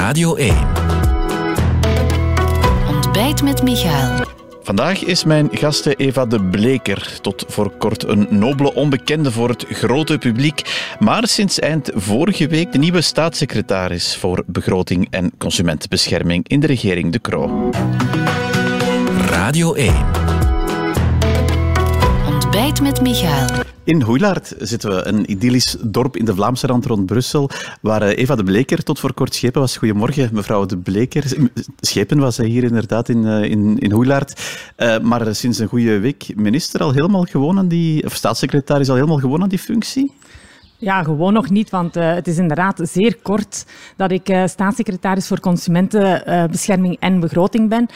Radio 1. Ontbijt met Michael. Vandaag is mijn gaste Eva de Bleker, tot voor kort een nobele onbekende voor het grote publiek, maar sinds eind vorige week de nieuwe staatssecretaris voor Begroting en Consumentenbescherming in de regering De Croo. Radio 1. Ontbijt met Michael. In Hoeilaard zitten we, een idyllisch dorp in de Vlaamse rand rond Brussel, waar Eva de Bleker tot voor kort schepen was. Goedemorgen, mevrouw de Bleker. Schepen was zij hier inderdaad in Hoeilaard. Maar sinds een goede week minister al helemaal gewoon aan die, of staatssecretaris al helemaal gewoon aan die functie? Ja, gewoon nog niet, want het is inderdaad zeer kort dat ik staatssecretaris voor Consumentenbescherming en Begroting ben.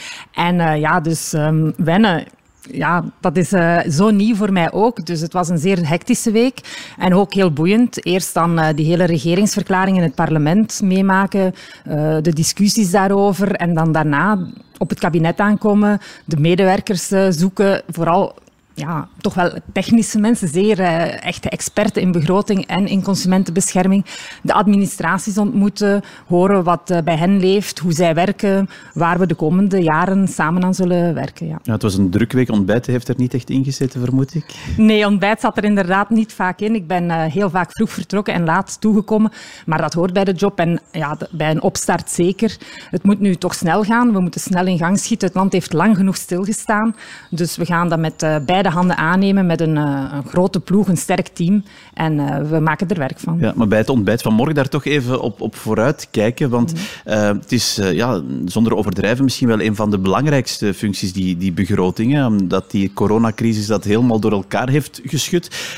En dus wennen. Ja, dat is zo nieuw voor mij ook. Dus het was een zeer hectische week en ook heel boeiend. Eerst dan die hele regeringsverklaring in het parlement meemaken, de discussies daarover en dan daarna op het kabinet aankomen, de medewerkers zoeken, vooral ja, toch wel technische mensen, zeer echte experten in begroting en in consumentenbescherming. De administraties ontmoeten, horen wat bij hen leeft, hoe zij werken, waar we de komende jaren samen aan zullen werken. Ja. Ja, het was een drukke week. Ontbijten heeft er niet echt ingezeten, vermoed ik? Nee, ontbijt zat er inderdaad niet vaak in. Ik ben heel vaak vroeg vertrokken en laat toegekomen. Maar dat hoort bij de job en ja, bij een opstart zeker. Het moet nu toch snel gaan. We moeten snel in gang schieten. Het land heeft lang genoeg stilgestaan. Dus we gaan dat met beide handen aannemen met een grote ploeg, een sterk team. En we maken er werk van. Ja, maar bij het ontbijt van morgen daar toch even op vooruit kijken. Want het is zonder overdrijven misschien wel een van de belangrijkste functies, die begrotingen. Omdat die coronacrisis dat helemaal door elkaar heeft geschud.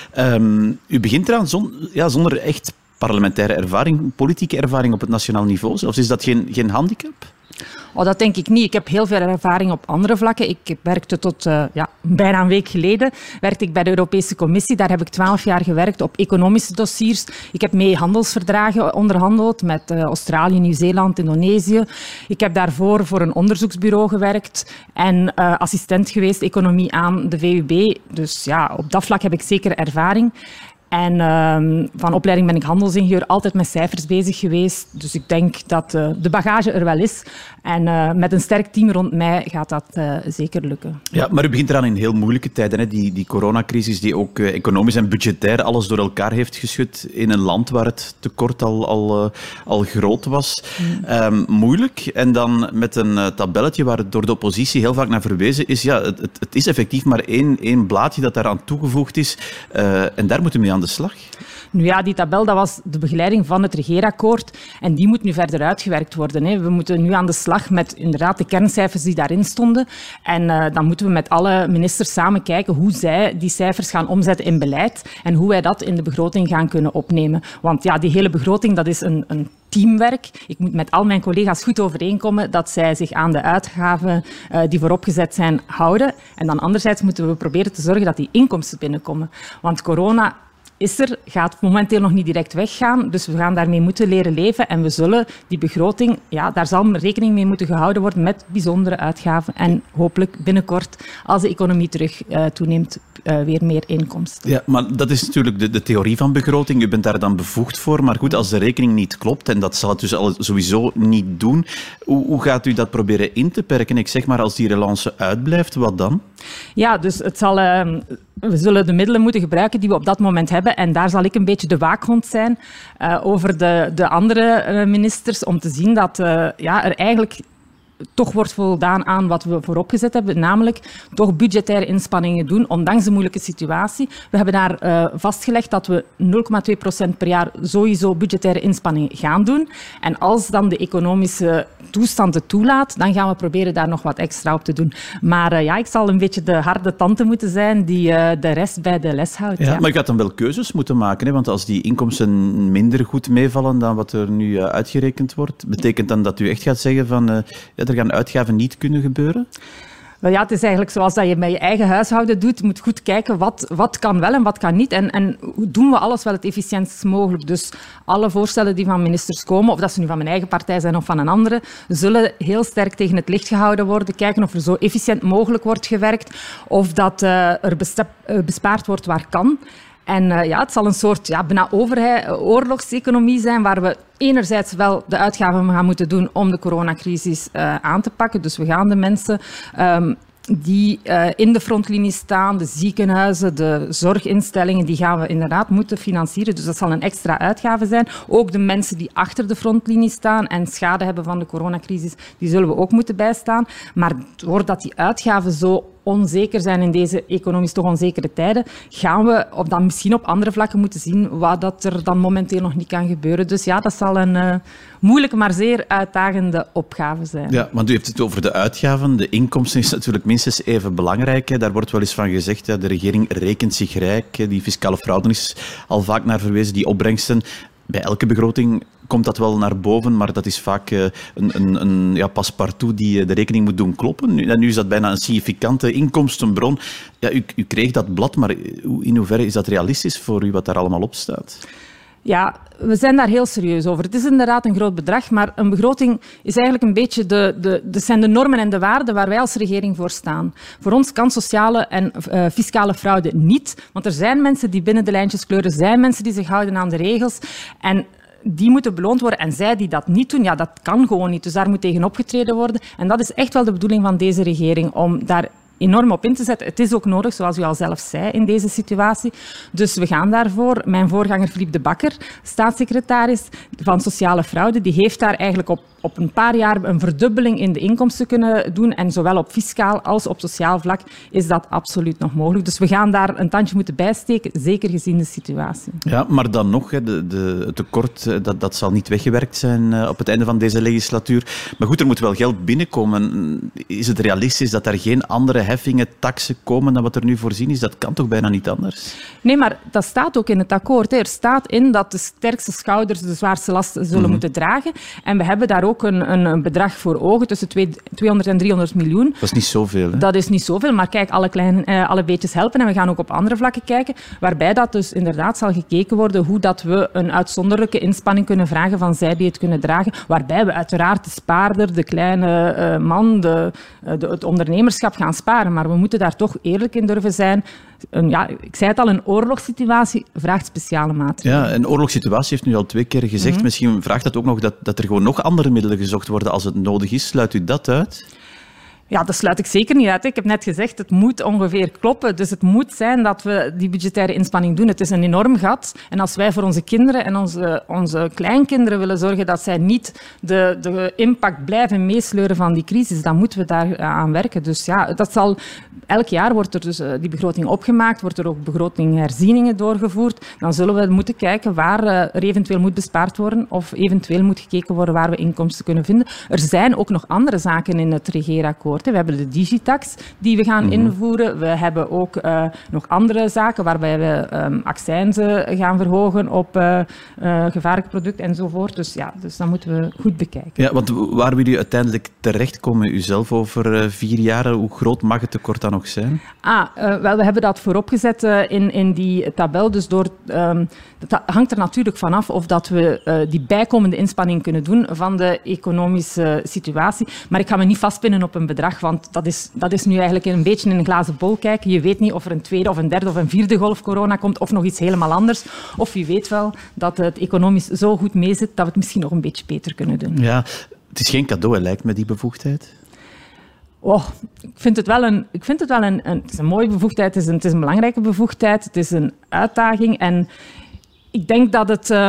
U begint eraan zonder echt parlementaire ervaring, politieke ervaring op het nationaal niveau. Of is dat geen handicap? Oh, dat denk ik niet. Ik heb heel veel ervaring op andere vlakken. Ik werkte tot bijna een week geleden werkte ik bij de Europese Commissie. Daar heb ik 12 jaar gewerkt op economische dossiers. Ik heb mee handelsverdragen onderhandeld met Australië, Nieuw-Zeeland, Indonesië. Ik heb daarvoor voor een onderzoeksbureau gewerkt en assistent geweest economie aan de VUB. Dus ja, op dat vlak heb ik zeker ervaring. En van opleiding ben ik handelsingenieur, altijd met cijfers bezig geweest. Dus ik denk dat de bagage er wel is. En met een sterk team rond mij gaat dat zeker lukken. Ja, maar u begint eraan in heel moeilijke tijden. Hè? Die coronacrisis die ook economisch en budgetair alles door elkaar heeft geschud in een land waar het tekort al groot was. Moeilijk. En dan met een tabelletje waar door de oppositie heel vaak naar verwezen is. Ja, het is effectief maar één blaadje dat daaraan toegevoegd is. En daar moeten we mee aan de slag. Nu ja, die tabel dat was de begeleiding van het regeerakkoord en die moet nu verder uitgewerkt worden. Hè. We moeten nu aan de slag met inderdaad de kerncijfers die daarin stonden. En dan moeten we met alle ministers samen kijken hoe zij die cijfers gaan omzetten in beleid en hoe wij dat in de begroting gaan kunnen opnemen. Want ja, die hele begroting, dat is een teamwerk. Ik moet met al mijn collega's goed overeenkomen dat zij zich aan de uitgaven die vooropgezet zijn houden. En dan anderzijds moeten we proberen te zorgen dat die inkomsten binnenkomen. Want corona gaat momenteel nog niet direct weggaan. Dus we gaan daarmee moeten leren leven. En we zullen die begroting, ja, daar zal rekening mee moeten gehouden worden met bijzondere uitgaven. En hopelijk binnenkort, als de economie terug toeneemt, weer meer inkomsten. Ja, maar dat is natuurlijk de theorie van begroting. U bent daar dan bevoegd voor. Maar goed, als de rekening niet klopt, en dat zal het dus sowieso niet doen, hoe gaat u dat proberen in te perken? Ik zeg maar, als die relance uitblijft, wat dan? Ja, dus we zullen de middelen moeten gebruiken die we op dat moment hebben. En daar zal ik een beetje de waakhond zijn over de andere ministers, om te zien dat er eigenlijk toch wordt voldaan aan wat we vooropgezet hebben, namelijk toch budgettaire inspanningen doen, ondanks de moeilijke situatie. We hebben daar vastgelegd dat we 0,2% per jaar sowieso budgettaire inspanningen gaan doen. En als dan de economische toestand het toelaat, dan gaan we proberen daar nog wat extra op te doen. Maar ik zal een beetje de harde tante moeten zijn die de rest bij de les houdt. Ja, maar je gaat dan wel keuzes moeten maken, hè? Want als die inkomsten minder goed meevallen dan wat er nu uitgerekend wordt, betekent dan dat u echt gaat zeggen van er gaan uitgaven niet kunnen gebeuren? Wel ja, het is eigenlijk zoals dat je met je eigen huishouden doet. Je moet goed kijken wat kan wel en wat kan niet. En hoe doen we alles wel het efficiëntst mogelijk. Dus alle voorstellen die van ministers komen, of dat ze nu van mijn eigen partij zijn of van een andere, zullen heel sterk tegen het licht gehouden worden. Kijken of er zo efficiënt mogelijk wordt gewerkt. Of dat er bespaard wordt waar kan. En het zal een soort bijna oorlogseconomie zijn, waar we enerzijds wel de uitgaven gaan moeten doen om de coronacrisis aan te pakken. Dus we gaan de mensen die in de frontlinie staan, de ziekenhuizen, de zorginstellingen, die gaan we inderdaad moeten financieren. Dus dat zal een extra uitgave zijn. Ook de mensen die achter de frontlinie staan en schade hebben van de coronacrisis, die zullen we ook moeten bijstaan. Maar doordat die uitgaven zo onzeker zijn in deze economisch toch onzekere tijden, gaan we dan misschien op andere vlakken moeten zien wat dat er dan momenteel nog niet kan gebeuren. Dus ja, dat zal een moeilijke, maar zeer uitdagende opgave zijn. Ja, want u heeft het over de uitgaven. De inkomsten is natuurlijk minstens even belangrijk. Hè. Daar wordt wel eens van gezegd, de regering rekent zich rijk. Die fiscale fraude is al vaak naar verwezen, die opbrengsten. Bij elke begroting komt dat wel naar boven, maar dat is vaak een paspartout die de rekening moet doen kloppen. Nu is dat bijna een significante inkomstenbron. Ja, u kreeg dat blad, maar in hoeverre is dat realistisch voor u, wat daar allemaal op staat? Ja, we zijn daar heel serieus over. Het is inderdaad een groot bedrag, maar een begroting is eigenlijk een beetje zijn de normen en de waarden waar wij als regering voor staan. Voor ons kan sociale en fiscale fraude niet, want er zijn mensen die binnen de lijntjes kleuren, er zijn mensen die zich houden aan de regels en die moeten beloond worden. En zij die dat niet doen, dat kan gewoon niet. Dus daar moet tegen opgetreden worden. En dat is echt wel de bedoeling van deze regering, om daar enorm op in te zetten. Het is ook nodig, zoals u al zelf zei, in deze situatie. Dus we gaan daarvoor. Mijn voorganger Philippe De Bakker, staatssecretaris van sociale fraude, die heeft daar eigenlijk op een paar jaar een verdubbeling in de inkomsten kunnen doen. En zowel op fiscaal als op sociaal vlak is dat absoluut nog mogelijk. Dus we gaan daar een tandje moeten bijsteken, zeker gezien de situatie. Ja, maar dan nog, het tekort, dat zal niet weggewerkt zijn op het einde van deze legislatuur. Maar goed, er moet wel geld binnenkomen. Is het realistisch dat er geen andere heffingen, taxen komen dan wat er nu voorzien is? Dat kan toch bijna niet anders? Nee, maar dat staat ook in het akkoord. Er staat in dat de sterkste schouders de zwaarste lasten zullen moeten dragen. En we hebben daar ook een bedrag voor ogen, tussen 200 en 300 miljoen. Dat is niet zoveel, hè? Dat is niet zoveel, maar kijk, alle beetjes helpen. En we gaan ook op andere vlakken kijken, waarbij dat dus inderdaad zal gekeken worden hoe dat we een uitzonderlijke inspanning kunnen vragen van zij die het kunnen dragen. Waarbij we uiteraard de spaarder, de kleine man, het ondernemerschap gaan sparen. Maar we moeten daar toch eerlijk in durven zijn. Ik zei het al, een oorlogssituatie vraagt speciale maatregelen. Ja, een oorlogssituatie heeft u al 2 keer gezegd. Misschien vraagt dat ook nog dat er gewoon nog andere middelen gezocht worden als het nodig is. Sluit u dat uit? Ja, dat sluit ik zeker niet uit. Ik heb net gezegd, het moet ongeveer kloppen. Dus het moet zijn dat we die budgettaire inspanning doen. Het is een enorm gat. En als wij voor onze kinderen en onze kleinkinderen willen zorgen dat zij niet de impact blijven meesleuren van die crisis, dan moeten we daar aan werken. Dus ja, elk jaar wordt er dus die begroting opgemaakt, wordt er ook begrotingherzieningen doorgevoerd. Dan zullen we moeten kijken waar er eventueel moet bespaard worden of eventueel moet gekeken worden waar we inkomsten kunnen vinden. Er zijn ook nog andere zaken in het regeerakkoord. We hebben de digitax die we gaan invoeren. We hebben ook nog andere zaken waarbij we accijnzen gaan verhogen op gevaarlijk product enzovoort. Dus dat moeten we goed bekijken. Ja, want waar wil u uiteindelijk terechtkomen, uzelf over 4 jaar? Hoe groot mag het tekort dan nog zijn? Wel, we hebben dat voorop gezet in die tabel. Dus dat hangt er natuurlijk vanaf of dat we die bijkomende inspanning kunnen doen van de economische situatie. Maar ik ga me niet vastpinnen op een bedrag, want dat is nu eigenlijk een beetje in een glazen bol kijken. Je weet niet of er een tweede of een derde of een vierde golf corona komt of nog iets helemaal anders. Of je weet wel dat het economisch zo goed meezit dat we het misschien nog een beetje beter kunnen doen. Ja, het is geen cadeau, lijkt me, die bevoegdheid. Ik vind het wel het is een mooie bevoegdheid, het is een belangrijke bevoegdheid, het is een uitdaging en ik denk dat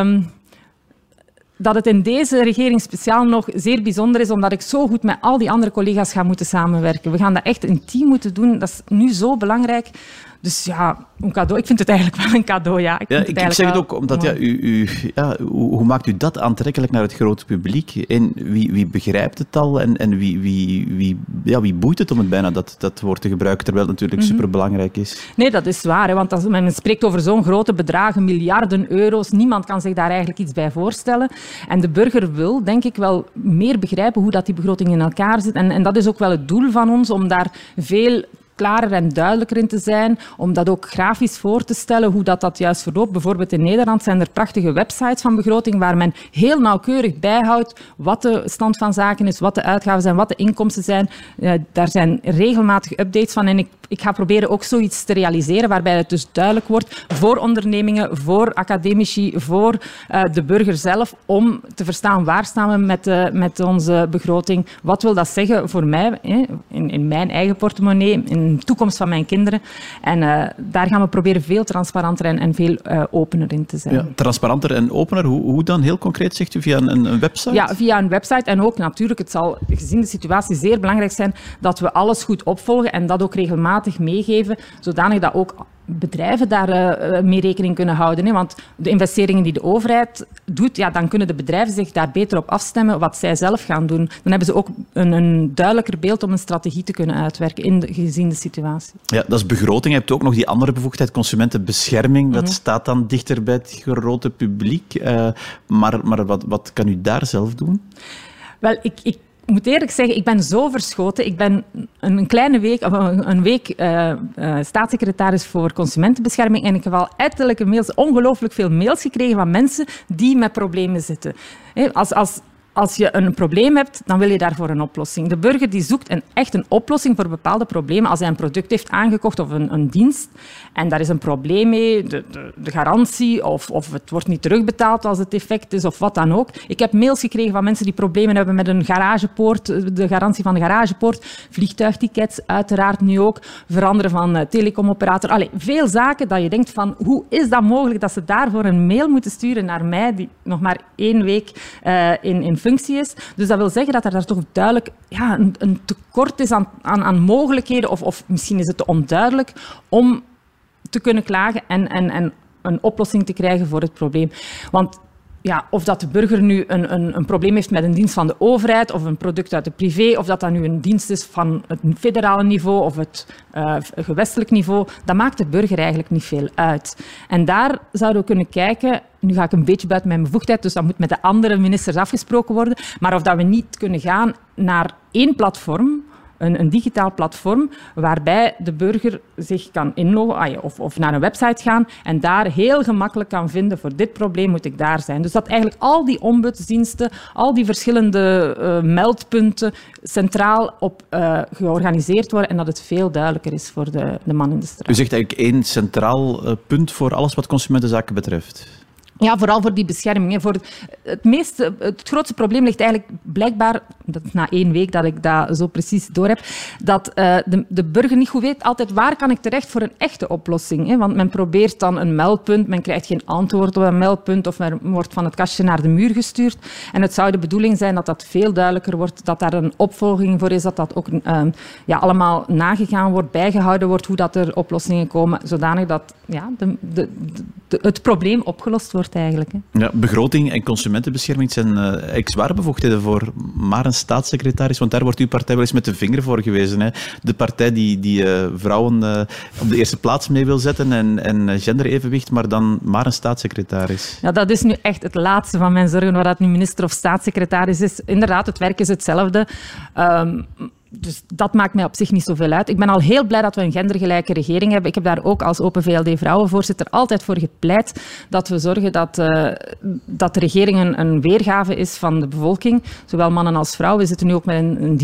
het in deze regering speciaal nog zeer bijzonder is, omdat ik zo goed met al die andere collega's ga moeten samenwerken. We gaan dat echt een team moeten doen, dat is nu zo belangrijk. Dus ja, een cadeau. Ik vind het eigenlijk wel een cadeau, ja. Ik zeg het ook omdat, hoe maakt u dat aantrekkelijk naar het grote publiek? En wie begrijpt het al en wie boeit het om het bijna dat woord te gebruiken, terwijl het natuurlijk superbelangrijk is? Nee, dat is waar. Hè, want als men spreekt over zo'n grote bedragen, miljarden euro's, niemand kan zich daar eigenlijk iets bij voorstellen. En de burger wil, denk ik, wel meer begrijpen hoe dat die begroting in elkaar zit. En dat is ook wel het doel van ons, om daar veel klarer en duidelijker in te zijn, om dat ook grafisch voor te stellen, hoe dat juist verloopt. Bijvoorbeeld in Nederland zijn er prachtige websites van begroting waar men heel nauwkeurig bijhoudt wat de stand van zaken is, wat de uitgaven zijn, wat de inkomsten zijn. Daar zijn regelmatig updates van en ik ga proberen ook zoiets te realiseren waarbij het dus duidelijk wordt voor ondernemingen, voor academici, voor de burger zelf, om te verstaan waar staan we met onze begroting. Wat wil dat zeggen voor mij, in mijn eigen portemonnee, in de toekomst van mijn kinderen. En daar gaan we proberen veel transparanter en veel opener in te zijn. Ja, transparanter en opener, hoe dan heel concreet, zegt u, via een website? Ja, via een website. En ook natuurlijk, het zal gezien de situatie zeer belangrijk zijn dat we alles goed opvolgen en dat ook regelmatig meegeven, zodanig dat ook bedrijven daar mee rekening kunnen houden. Hè? Want de investeringen die de overheid doet, ja, dan kunnen de bedrijven zich daar beter op afstemmen wat zij zelf gaan doen. Dan hebben ze ook een duidelijker beeld om een strategie te kunnen uitwerken gezien de situatie. Ja, dat is begroting. Je hebt ook nog die andere bevoegdheid, consumentenbescherming. Dat staat dan dichter bij het grote publiek. Maar wat kan u daar zelf doen? Wel, ik moet eerlijk zeggen, ik ben zo verschoten. Ik ben een week staatssecretaris voor consumentenbescherming en ik heb al ettelijke mails, ongelooflijk veel mails gekregen van mensen die met problemen zitten. Als je een probleem hebt, dan wil je daarvoor een oplossing. De burger die zoekt echt een oplossing voor bepaalde problemen. Als hij een product heeft aangekocht of een dienst en daar is een probleem mee, de garantie of het wordt niet terugbetaald als het defect is of wat dan ook. Ik heb mails gekregen van mensen die problemen hebben met een garagepoort, de garantie van de garagepoort, vliegtuigtickets uiteraard nu ook, veranderen van telecomoperator. Allee, veel zaken dat je denkt van hoe is dat mogelijk dat ze daarvoor een mail moeten sturen naar mij die nog maar 1 week in functie is. Dus dat wil zeggen dat er daar toch duidelijk een tekort is aan mogelijkheden of misschien is het te onduidelijk om te kunnen klagen en een oplossing te krijgen voor het probleem. Want ja, of dat de burger nu een probleem heeft met een dienst van de overheid of een product uit de privé, of dat nu een dienst is van het federale niveau of het gewestelijk niveau, dat maakt de burger eigenlijk niet veel uit. En daar zouden we kunnen kijken, nu ga ik een beetje buiten mijn bevoegdheid, dus dat moet met de andere ministers afgesproken worden, maar of dat we niet kunnen gaan naar 1 platform, een digitaal platform waarbij de burger zich kan inloggen of naar een website gaan en daar heel gemakkelijk kan vinden voor dit probleem moet ik daar zijn. Dus dat eigenlijk al die ombudsdiensten, al die verschillende meldpunten centraal op georganiseerd worden en dat het veel duidelijker is voor de man in de straat. U zegt eigenlijk 1 centraal punt voor alles wat consumentenzaken betreft. Ja, vooral voor die bescherming. Het grootste probleem ligt eigenlijk blijkbaar, dat is na 1 week dat ik dat zo precies doorheb, dat de burger niet goed weet altijd waar kan ik terecht voor een echte oplossing. Want men probeert dan een meldpunt, men krijgt geen antwoord op een meldpunt of men wordt van het kastje naar de muur gestuurd. En het zou de bedoeling zijn dat dat veel duidelijker wordt, dat daar een opvolging voor is, dat dat ook allemaal nagegaan wordt, bijgehouden wordt, hoe dat er oplossingen komen, zodanig dat het probleem opgelost wordt eigenlijk. Hè. Ja, begroting en consumentenbescherming zijn zware bevoegdheden voor maar een staatssecretaris, want daar wordt uw partij wel eens met de vinger voor gewezen. Hè. De partij die vrouwen op de eerste plaats mee wil zetten en genderevenwicht, maar dan maar een staatssecretaris. Ja, dat is nu echt het laatste van mijn zorgen, waar dat nu minister of staatssecretaris is. Inderdaad, het werk is hetzelfde. Dus dat maakt mij op zich niet zoveel uit. Ik ben al heel blij dat we een gendergelijke regering hebben. Ik heb daar ook als Open VLD vrouwenvoorzitter altijd voor gepleit dat we zorgen dat de regering een weergave is van de bevolking, zowel mannen als vrouwen. We zitten nu ook met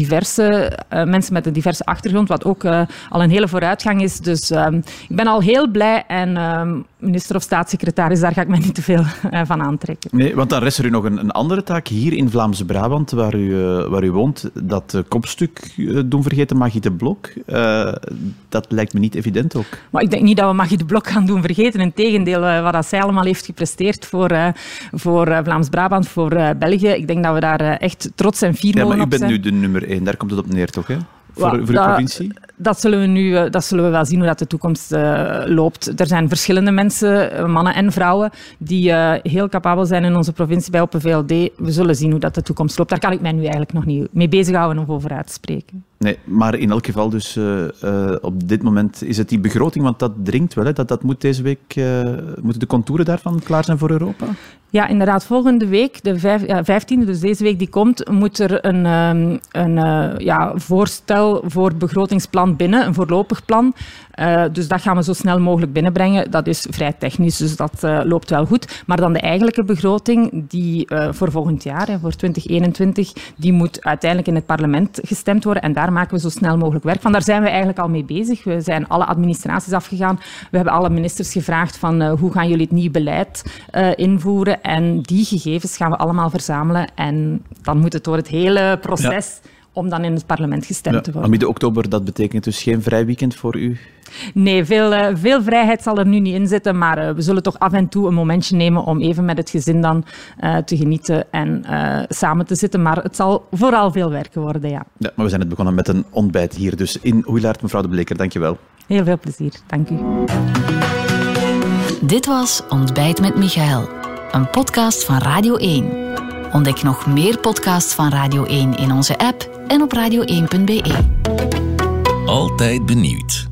mensen met een diverse achtergrond, wat ook al een hele vooruitgang is. Dus ik ben al heel blij en minister of staatssecretaris, daar ga ik mij niet te veel van aantrekken. Nee, want dan rest er u nog een andere taak hier in Vlaams-Brabant, waar u woont, dat kopstuk doen vergeten, Magie de Blok. Dat lijkt me niet evident ook. Maar ik denk niet dat we Magie de Blok gaan doen vergeten. Integendeel, wat zij allemaal heeft gepresteerd voor Vlaams-Brabant, voor België. Ik denk dat we daar echt trots en fier mogen op zijn. Maar u bent nu de nummer 1, daar komt het op neer toch, hè? Voor uw provincie? Dat zullen we wel zien hoe dat de toekomst loopt. Er zijn verschillende mensen, mannen en vrouwen, die heel capabel zijn in onze provincie bij Open VLD. We zullen zien hoe dat de toekomst loopt. Daar kan ik mij nu eigenlijk nog niet mee bezighouden of over uitspreken. Nee, maar in elk geval dus op dit moment is het die begroting, want dat dringt wel. Hè? Dat moet deze week, moeten de contouren daarvan klaar zijn voor Europa? Ja, inderdaad. Volgende week, de 15e, dus deze week die komt, moet er een voorstel voor begrotingsplan plan binnen, een voorlopig plan. Dus dat gaan we zo snel mogelijk binnenbrengen. Dat is vrij technisch, dus dat loopt wel goed. Maar dan de eigenlijke begroting, die voor volgend jaar, voor 2021, die moet uiteindelijk in het parlement gestemd worden. En daar maken we zo snel mogelijk werk van. Daar zijn we eigenlijk al mee bezig. We zijn alle administraties afgegaan. We hebben alle ministers gevraagd van hoe gaan jullie het nieuw beleid invoeren. En die gegevens gaan we allemaal verzamelen. En dan moet het door het hele proces... Ja. Om dan in het parlement gestemd te worden. Maar midden oktober, dat betekent dus geen vrij weekend voor u? Nee, veel vrijheid zal er nu niet in zitten, maar we zullen toch af en toe een momentje nemen om even met het gezin dan te genieten en samen te zitten. Maar het zal vooral veel werken worden, ja. Ja, maar we zijn net begonnen met een ontbijt hier dus in Hoeilaart. Mevrouw De Bleeker, dank je wel. Heel veel plezier, dank u. Dit was Ontbijt met Michaël, een podcast van Radio 1. Ontdek nog meer podcasts van Radio 1 in onze app en op radio1.be. Altijd benieuwd.